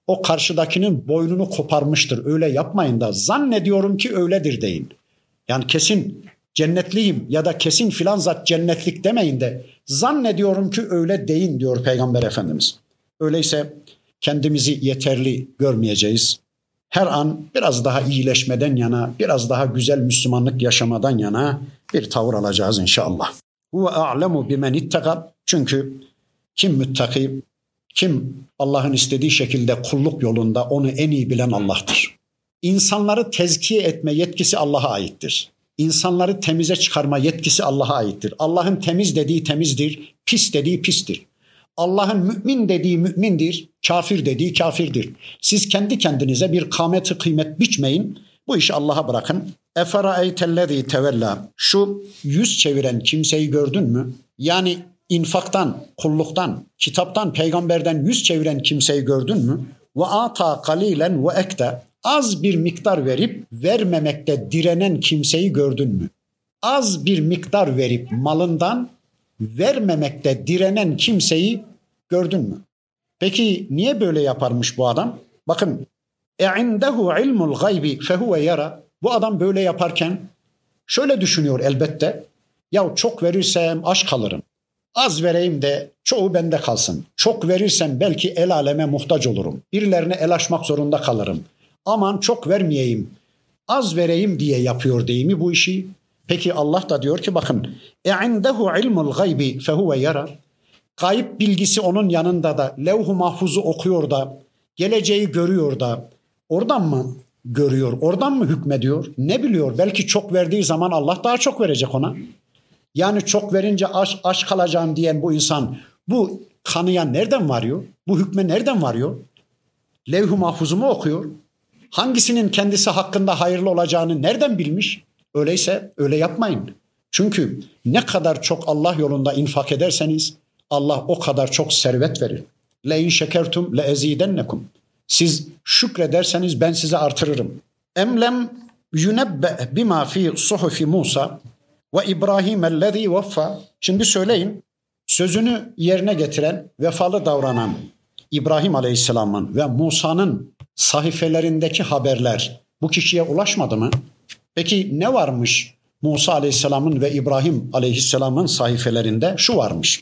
o karşıdakinin boynunu koparmıştır. Öyle yapmayın da zannediyorum ki öyledir deyin. Yani kesin cennetliyim ya da kesin filan zat cennetlik demeyin de zannediyorum ki öyle deyin diyor Peygamber Efendimiz. Öyleyse kendimizi yeterli görmeyeceğiz. Her an biraz daha iyileşmeden yana, biraz daha güzel Müslümanlık yaşamadan yana bir tavır alacağız inşallah. Huve a'lemu bimen ittaka. Çünkü kim müttaki, kim Allah'ın istediği şekilde kulluk yolunda onu en iyi bilen Allah'tır. İnsanları tezkiye etme yetkisi Allah'a aittir. İnsanları temize çıkarma yetkisi Allah'a aittir. Allah'ın temiz dediği temizdir, pis dediği pistir. Allah'ın mümin dediği mümindir, kafir dediği kafirdir. Siz kendi kendinize bir kâmeti kıymet biçmeyin. Bu işi Allah'a bırakın. Eferaeytellezî tevella. Şu yüz çeviren kimseyi gördün mü? Yani infaktan, kulluktan, kitaptan, peygamberden yüz çeviren kimseyi gördün mü? Ve ata kalilen ve ekte. Az bir miktar verip vermemekte direnen kimseyi gördün mü? Az bir miktar verip malından vermemekte direnen kimseyi gördün mü? Peki niye böyle yaparmış bu adam? Bakın, e'indehu ilmul gaybi fehuve yara. Bu adam böyle yaparken şöyle düşünüyor elbette. Ya çok verirsem aç kalırım. Az vereyim de çoğu bende kalsın. Çok verirsem belki el aleme muhtaç olurum. Birilerine el açmak zorunda kalırım. Aman çok vermeyeyim, az vereyim diye yapıyor değil mi bu işi? Peki Allah da diyor ki bakın, e'indehu ilmul gaybi fehuve yara. Gayb bilgisi onun yanında da, levh-u mahfuzu okuyor da, geleceği görüyor da, oradan mı görüyor, oradan mı hükmediyor? Ne biliyor? Belki çok verdiği zaman Allah daha çok verecek ona. Yani çok verince aç kalacağım diyen bu insan bu kanıya nereden varıyor? Bu hükme nereden varıyor? Levh-u mahfuzu mu okuyor? Hangisinin kendisi hakkında hayırlı olacağını nereden bilmiş? Öyleyse öyle yapmayın. Çünkü ne kadar çok Allah yolunda infak ederseniz Allah o kadar çok servet verir. Le in şekertum le ezidennekum. Siz şükrederseniz ben size artırırım. Emlem yunebbe bima fi suhufi Musa ve İbrahim ellezî veffa. Şimdi söyleyin, sözünü yerine getiren, vefalı davranan İbrahim Aleyhisselam'ın ve Musa'nın sahifelerindeki haberler bu kişiye ulaşmadı mı? Peki ne varmış Musa Aleyhisselam'ın ve İbrahim Aleyhisselam'ın sahifelerinde? Şu varmış.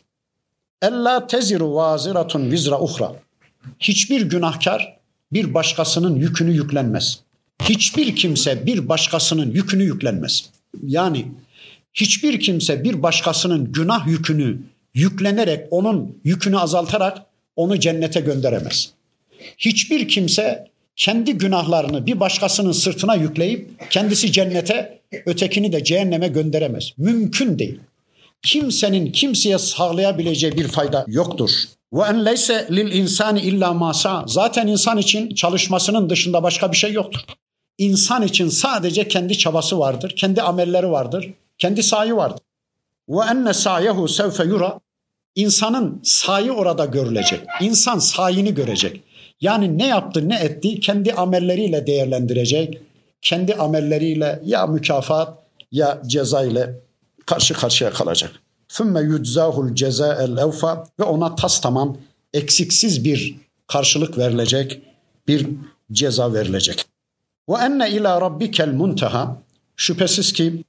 Ella teziru vaziratun vizra uhra. Hiçbir günahkar bir başkasının yükünü yüklenmez. Hiçbir kimse bir başkasının yükünü yüklenmez. Yani hiçbir kimse bir başkasının günah yükünü yüklenerek onun yükünü azaltarak onu cennete gönderemez. Hiçbir kimse kendi günahlarını bir başkasının sırtına yükleyip kendisi cennete, ötekini de cehenneme gönderemez. Mümkün değil. Kimsenin kimseye sağlayabileceği bir fayda yoktur. Ve en leyse lil insani illa ma sa. Zaten insan için çalışmasının dışında başka bir şey yoktur. İnsan için sadece kendi çabası vardır, kendi amelleri vardır, kendi sayi vardır. Ve enne sa'yehu sevfe yura. İnsanın sayi orada görülecek. İnsan sayini görecek. Yani ne yaptı, ne etti kendi amelleriyle değerlendirecek. Kendi amelleriyle ya mükafat ya ceza ile karşı karşıya kalacak. Thumme yuczahul cezael evfa ve ona tamam eksiksiz bir karşılık verilecek, bir ceza verilecek. Ve enne ila rabbikel muntaha. Şüphesiz ki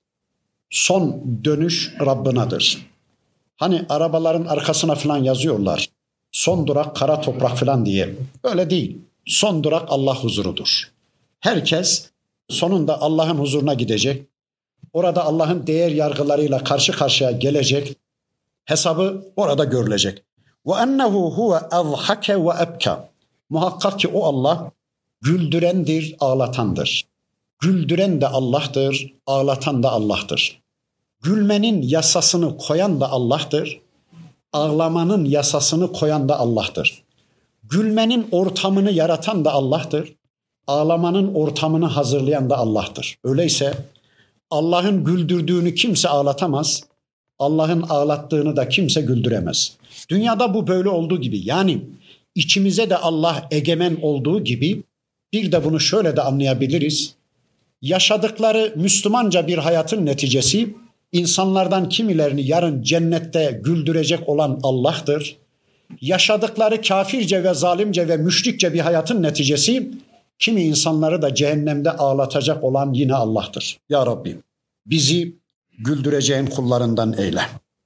son dönüş Rabbinadır. Hani arabaların arkasına falan yazıyorlar. Son durak kara toprak falan diye. Öyle değil. Son durak Allah huzurudur. Herkes sonunda Allah'ın huzuruna gidecek. Orada Allah'ın değer yargılarıyla karşı karşıya gelecek. Hesabı orada görülecek. Ve ennehu huve azhake ve ebka. Muhakkak ki o Allah güldürendir, ağlatandır. Güldüren de Allah'tır, ağlatan da Allah'tır. Gülmenin yasasını koyan da Allah'tır. Ağlamanın yasasını koyan da Allah'tır. Gülmenin ortamını yaratan da Allah'tır. Ağlamanın ortamını hazırlayan da Allah'tır. Öyleyse Allah'ın güldürdüğünü kimse ağlatamaz. Allah'ın ağlattığını da kimse güldüremez. Dünyada bu böyle olduğu gibi, yani içimize de Allah egemen olduğu gibi bir de bunu şöyle de anlayabiliriz. Yaşadıkları Müslümanca bir hayatın neticesi, insanlardan kimilerini yarın cennette güldürecek olan Allah'tır. yaşadıkları kafirce ve zalimce ve müşrikçe bir hayatın neticesi kimi insanları da cehennemde ağlatacak olan yine Allah'tır. Ya Rabbi bizi güldüreceğin kullarından eyle.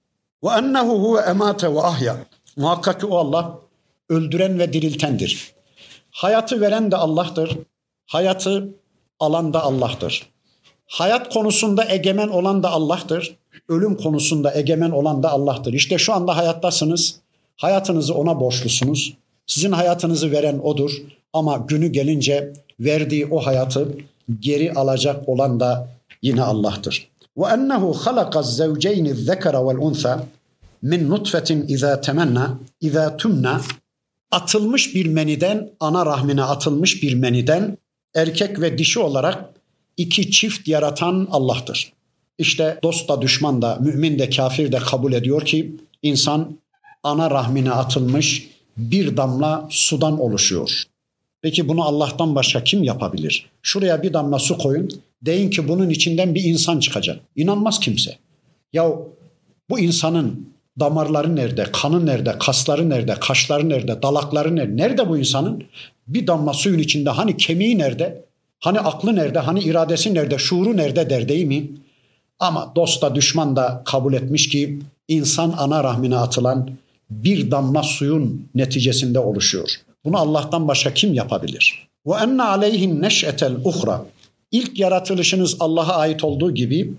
Ve ennehu huve emate ve ahya. Muhakkak ki o Allah öldüren ve diriltendir. Hayatı veren de Allah'tır. Hayatı alan da Allah'tır. Hayat konusunda egemen olan da Allah'tır. Ölüm konusunda egemen olan da Allah'tır. İşte şu anda hayattasınız. Hayatınızı ona borçlusunuz. Sizin hayatınızı veren odur. Ama günü gelince verdiği o hayatı geri alacak olan da yine Allah'tır. Ve ennehu halakaz zevceyni zekara vel unsa min nutfetin izâ temenna izâ tümna. Atılmış bir meniden, ana rahmine atılmış bir meniden erkek ve dişi olarak iki çift yaratan Allah'tır. İşte dost da düşman da mümin de kafir de kabul ediyor ki insan ana rahmine atılmış bir damla sudan oluşuyor. Peki bunu Allah'tan başka kim yapabilir? Şuraya bir damla su koyun, deyin ki bunun içinden bir insan çıkacak. İnanmaz kimse. Ya bu insanın damarları nerede, kanı nerede, kasları nerede, kaşları nerede, dalakları nerede? Nerede bu insanın? Bir damla suyun içinde hani kemiği nerede? Hani aklı nerede, hani iradesi nerede, şuuru nerede der değil mi? Ama dost da düşman da kabul etmiş ki insan ana rahmine atılan bir damla suyun neticesinde oluşuyor. Bunu Allah'tan başka kim yapabilir? Ve enne aleyhin neş'etel uhra. İlk yaratılışınız Allah'a ait olduğu gibi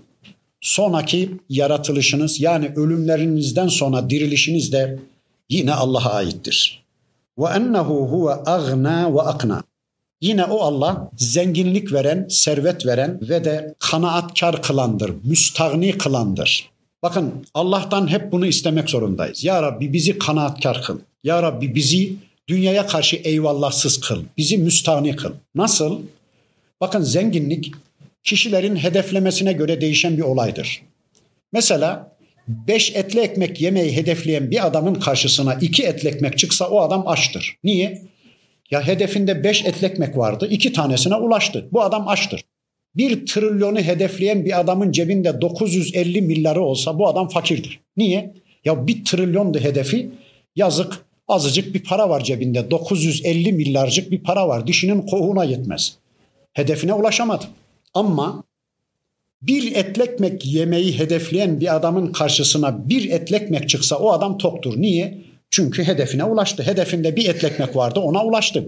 sonraki yaratılışınız yani ölümlerinizden sonra dirilişiniz de yine Allah'a aittir. Ve ennehu huve agna ve akna. Yine o Allah zenginlik veren, servet veren ve de kanaatkar kılandır, müstagni kılandır. Bakın Allah'tan hep bunu istemek zorundayız. Ya Rabbi bizi kanaatkar kıl. Ya Rabbi bizi dünyaya karşı eyvallahsız kıl. Bizi müstagni kıl. Nasıl? Bakın zenginlik kişilerin hedeflemesine göre değişen bir olaydır. Mesela 5 etli ekmek yemeyi hedefleyen bir adamın karşısına 2 etli ekmek çıksa o adam açtır. Niye? Ya hedefinde 5 etli ekmek vardı, 2 tanesine ulaştı. Bu adam açtır. 1 trilyonu hedefleyen bir adamın cebinde 950 milyarı olsa bu adam fakirdir. Niye? Ya 1 trilyondu hedefi, yazık azıcık bir para var cebinde. 950 milyarcık bir para var. Dişinin kovuğuna yetmez. Hedefine ulaşamadı. Ama 1 etli ekmek yemeyi hedefleyen bir adamın karşısına 1 etli ekmek çıksa o adam toktur. Niye? Çünkü hedefine ulaştı. Hedefinde 1 etli ekmek vardı, ona ulaştı.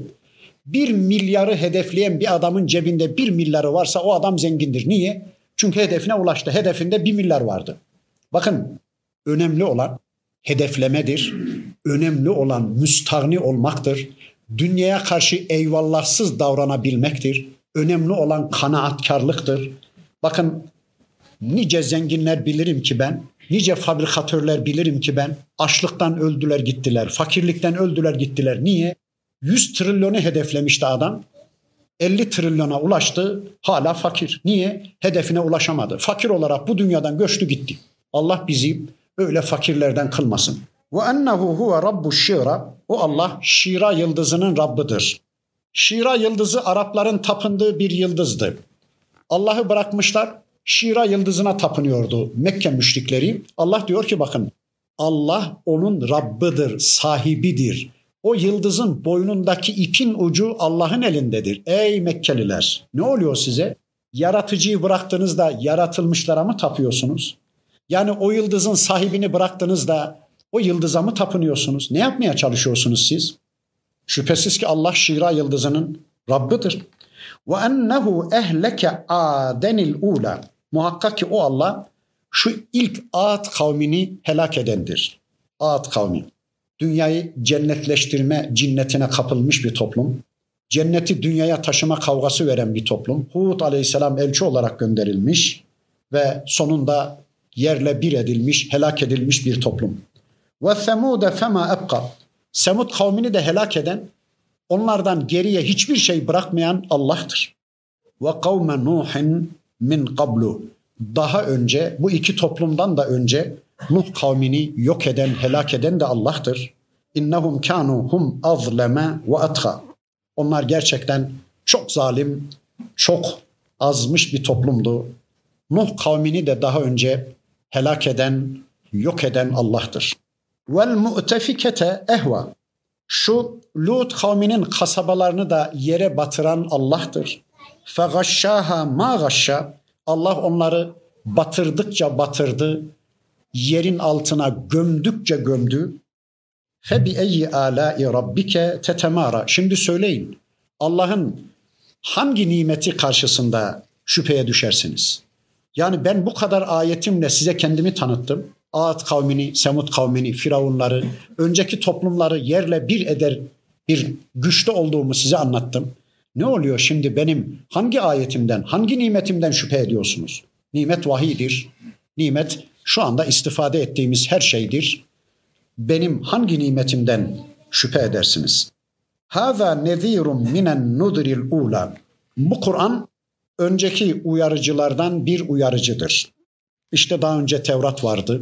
1 milyarı hedefleyen bir adamın cebinde 1 milyarı varsa o adam zengindir. Niye? Çünkü hedefine ulaştı. Hedefinde 1 milyar vardı. Bakın önemli olan hedeflemedir. Önemli olan müstagni olmaktır. Dünyaya karşı eyvallahsız davranabilmektir. Önemli olan kanaatkarlıktır. Bakın nice zenginler bilirim ki ben, nice fabrikatörler bilirim ki ben, açlıktan öldüler gittiler, fakirlikten öldüler gittiler. Niye? 100 trilyonu hedeflemişti adam, 50 trilyona ulaştı, hala fakir. Niye? Hedefine ulaşamadı. Fakir olarak bu dünyadan göçtü gitti. Allah bizi öyle fakirlerden kılmasın. Ve ennehu huve rabbuş şira. O Allah Şira yıldızının Rabbidir. Şira yıldızı Arapların tapındığı bir yıldızdı. Allah'ı bırakmışlar, Şira yıldızına tapınıyordu Mekke müşrikleri. Allah diyor ki bakın, Allah onun Rabbidir, sahibidir. O yıldızın boynundaki ipin ucu Allah'ın elindedir. Ey Mekkeliler, ne oluyor size? Yaratıcıyı bıraktığınızda yaratılmışlara mı tapıyorsunuz? Yani o yıldızın sahibini bıraktığınızda o yıldıza mı tapınıyorsunuz? Ne yapmaya çalışıyorsunuz siz? Şüphesiz ki Allah Şira yıldızının Rabbidir. Ve ennehu ehleke adenil ula. Muhakkak ki o Allah şu ilk Ad kavmini helak edendir. Ad kavmi. Dünyayı cennetleştirme cinnetine kapılmış bir toplum. Cenneti dünyaya taşıma kavgası veren bir toplum. Hud aleyhisselam elçi olarak gönderilmiş ve sonunda yerle bir edilmiş, helak edilmiş bir toplum. Ve semude fema ebka. Semud kavmini de helak eden, onlardan geriye hiçbir şey bırakmayan Allah'tır. Ve kavme Nuhin min qablu. Daha önce, bu iki toplumdan da önce Nuh kavmini yok eden, helak eden de Allah'tır. İnnehum kanu hum azleme ve atha. Onlar gerçekten çok zalim, çok azmış bir toplumdu. Nuh kavmini de daha önce helak eden, yok eden Allah'tır. Vel mu'tefikete ehva. Şu Lut kavminin kasabalarını da yere batıran Allah'tır. Fegashşâhâ mâ gashşâ. Allah onları batırdıkça batırdı. Yerin altına gömdükçe gömdü. Fe bi eyyi âlâi rabbike tetemâra. Şimdi söyleyin. Allah'ın hangi nimeti karşısında şüpheye düşersiniz? Yani ben bu kadar ayetimle size kendimi tanıttım. Ad kavmini, Semud kavmini, Firavunları, önceki toplumları yerle bir eder bir güçte olduğumu size anlattım. Ne oluyor şimdi benim hangi ayetimden, hangi nimetimden şüphe ediyorsunuz? Nimet vahiydir. Nimet şu anda istifade ettiğimiz her şeydir. Benim hangi nimetimden şüphe edersiniz? Hâzâ nezîrun minen nudril ûlâ. Bu Kur'an önceki uyarıcılardan bir uyarıcıdır. İşte daha önce Tevrat vardı,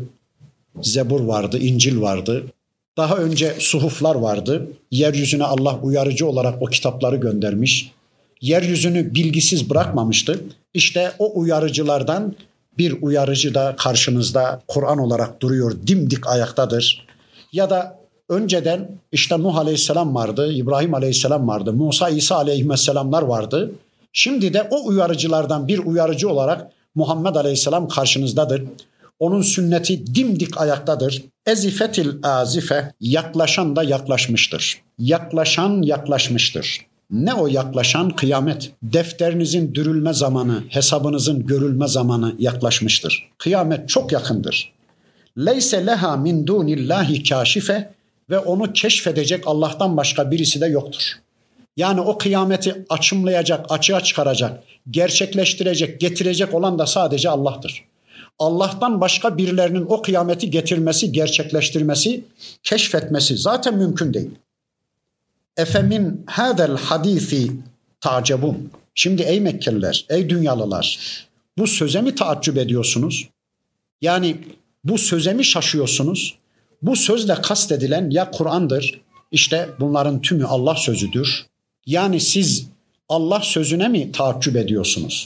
Zebur vardı, İncil vardı. Daha önce suhuflar vardı. Yeryüzüne Allah uyarıcı olarak o kitapları göndermiş. Yeryüzünü bilgisiz bırakmamıştı. İşte o uyarıcılardan bir uyarıcı da karşınızda Kur'an olarak duruyor, dimdik ayaktadır. Ya da önceden işte Nuh Aleyhisselam vardı, İbrahim Aleyhisselam vardı, Musa, İsa Aleyhisselamlar vardı. Şimdi de o uyarıcılardan bir uyarıcı olarak Muhammed Aleyhisselam karşınızdadır. Onun sünneti dimdik ayaktadır. Ezifetil azife, yaklaşan da yaklaşmıştır. Yaklaşan yaklaşmıştır. Ne o yaklaşan? Kıyamet. Defterinizin dürülme zamanı, hesabınızın görülme zamanı yaklaşmıştır. Kıyamet çok yakındır. Leyse leha min dunillahi kâşife ve onu keşfedecek Allah'tan başka birisi de yoktur. Yani o kıyameti açımlayacak, açığa çıkaracak, gerçekleştirecek, getirecek olan da sadece Allah'tır. Allah'tan başka birilerinin o kıyameti getirmesi, gerçekleştirmesi, keşfetmesi zaten mümkün değil. Efemin hadel hadisi ta'cebun. Şimdi ey Mekkeliler, ey dünyalılar, bu söze mi taaccüp ediyorsunuz? Yani bu söze mi şaşıyorsunuz? Bu sözle kastedilen ya Kur'an'dır, işte bunların tümü Allah sözüdür. Yani siz Allah sözüne mi taaccüp ediyorsunuz?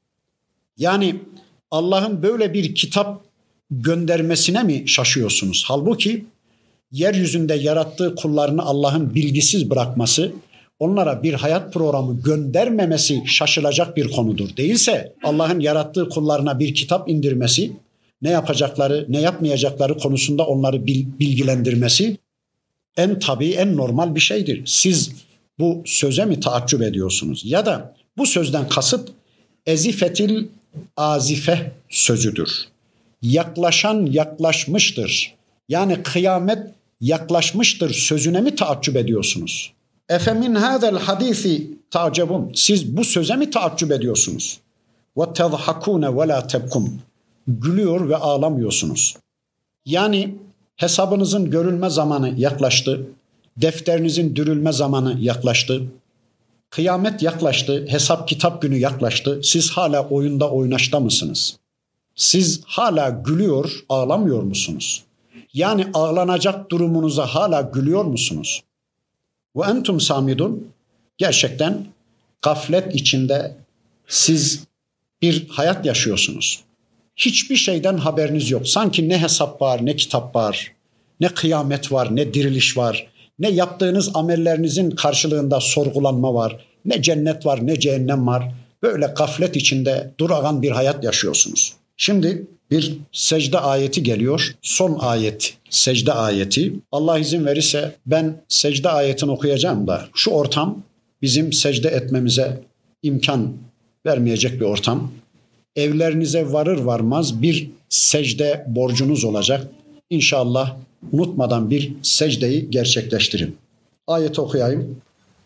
Yani Allah'ın böyle bir kitap göndermesine mi şaşıyorsunuz? Halbuki yeryüzünde yarattığı kullarını Allah'ın bilgisiz bırakması, onlara bir hayat programı göndermemesi şaşılacak bir konudur. Değilse Allah'ın yarattığı kullarına bir kitap indirmesi, ne yapacakları, ne yapmayacakları konusunda onları bilgilendirmesi en tabii, en normal bir şeydir. Siz bu söze mi taaccüp ediyorsunuz? Ya da bu sözden kasıt ezifetil azife sözüdür. Yaklaşan yaklaşmıştır. Yani kıyamet yaklaşmıştır sözüne mi taaccüp ediyorsunuz? Efemin hadel hadisi ta'cebun. Siz bu söze mi taaccüp ediyorsunuz? Ve tezhakune ve la tebkun. Gülüyor ve ağlamıyorsunuz. Yani hesabınızın görülme zamanı yaklaştı. Defterinizin dürülme zamanı yaklaştı. Kıyamet yaklaştı. Hesap kitap günü yaklaştı. Siz hala oyunda oynaşta mısınız? Siz hala gülüyor, ağlamıyor musunuz? Yani ağlanacak durumunuza hala gülüyor musunuz? Ve entum samidun. Gerçekten gaflet içinde siz bir hayat yaşıyorsunuz. Hiçbir şeyden haberiniz yok. Sanki ne hesap var, ne kitap var, ne kıyamet var, ne diriliş var, ne yaptığınız amellerinizin karşılığında sorgulanma var, ne cennet var, ne cehennem var. Böyle gaflet içinde durağan bir hayat yaşıyorsunuz. Şimdi bir secde ayeti geliyor. Son ayet, secde ayeti. Allah izin verirse ben secde ayetini okuyacağım da şu ortam bizim secde etmemize imkan vermeyecek bir ortam. Evlerinize varır varmaz bir secde borcunuz olacak. İnşallah unutmadan bir secdeyi gerçekleştirin. Ayeti okuyayım.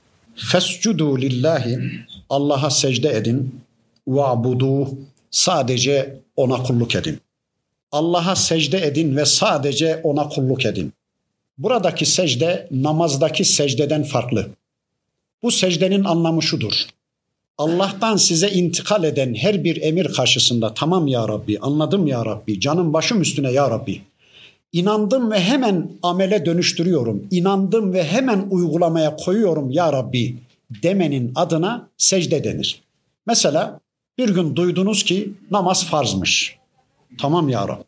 Fescudu lillahi, Allah'a secde edin. Va'budu, sadece ona kulluk edin. Allah'a secde edin ve sadece ona kulluk edin. Buradaki secde namazdaki secdeden farklı. Bu secdenin anlamı şudur. Allah'tan size intikal eden her bir emir karşısında tamam ya Rabbi, anladım ya Rabbi, canım başım üstüne ya Rabbi. İnandım ve hemen amele dönüştürüyorum. İnandım ve hemen uygulamaya koyuyorum ya Rabbi demenin adına secde denir. Mesela bir gün duydunuz ki namaz farzmış. Tamam ya Rabbi.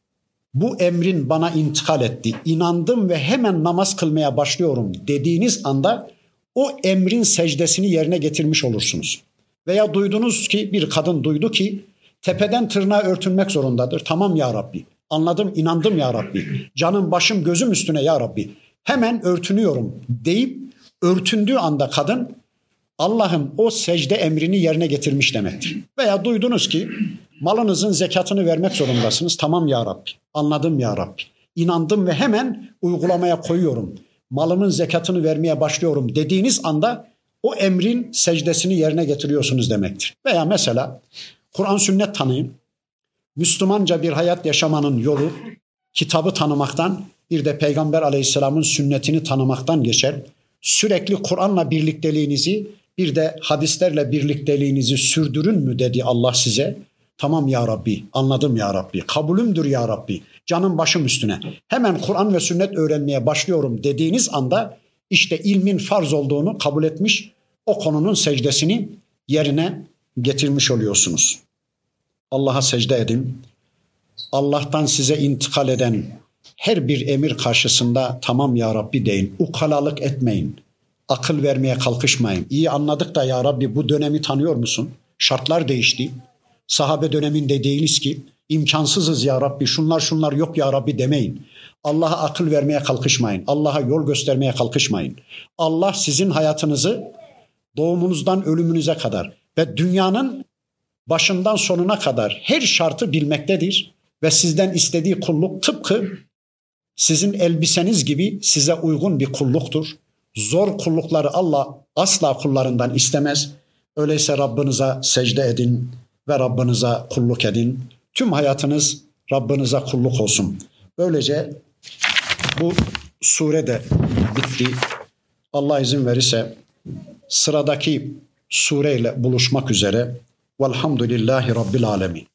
bu emrin bana intikal etti. İnandım ve hemen namaz kılmaya başlıyorum dediğiniz anda o emrin secdesini yerine getirmiş olursunuz. Veya duydunuz ki bir kadın duydu ki tepeden tırnağa örtünmek zorundadır. Tamam ya Rabbi. Anladım, inandım ya Rabbi. Canım, başım, gözüm üstüne ya Rabbi. Hemen örtünüyorum deyip örtündüğü anda kadın Allah'ın o secde emrini yerine getirmiş demektir. Veya duydunuz ki malınızın zekatını vermek zorundasınız. Tamam ya Rabbi. Anladım ya Rabbi. İnandım ve hemen uygulamaya koyuyorum. Malımın zekatını vermeye başlıyorum dediğiniz anda o emrin secdesini yerine getiriyorsunuz demektir. Veya mesela Kur'an sünnet tanıyın. Müslümanca bir hayat yaşamanın yolu kitabı tanımaktan, bir de Peygamber Aleyhisselam'ın sünnetini tanımaktan geçer. Sürekli Kur'an'la birlikteliğinizi, bir de hadislerle birlikteliğinizi sürdürün mü dedi Allah size. Tamam ya Rabbi, anladım ya Rabbi, kabulümdür ya Rabbi, canım başım üstüne. Hemen Kur'an ve sünnet öğrenmeye başlıyorum dediğiniz anda işte ilmin farz olduğunu kabul etmiş, o konunun secdesini yerine getirmiş oluyorsunuz. Allah'a secde edin. Allah'tan size intikal eden her bir emir karşısında tamam ya Rabbi deyin. Ukalalık etmeyin. Akıl vermeye kalkışmayın. İyi anladık da ya Rabbi bu dönemi tanıyor musun? Şartlar değişti. Sahabe döneminde değiliz ki. İmkansızız ya Rabbi, şunlar yok ya Rabbi demeyin. Allah'a akıl vermeye kalkışmayın. Allah'a yol göstermeye kalkışmayın. Allah sizin hayatınızı doğumunuzdan ölümünüze kadar ve dünyanın başından sonuna kadar her şartı bilmektedir. Ve sizden istediği kulluk tıpkı sizin elbiseniz gibi size uygun bir kulluktur. Zor kullukları Allah asla kullarından istemez. Öyleyse Rabbinize secde edin ve Rabbinize kulluk edin. Tüm hayatınız Rabbinize kulluk olsun. Böylece bu sure de bitti. Allah izin verirse sıradaki sureyle buluşmak üzere. Velhamdülillahi Rabbil Alemin.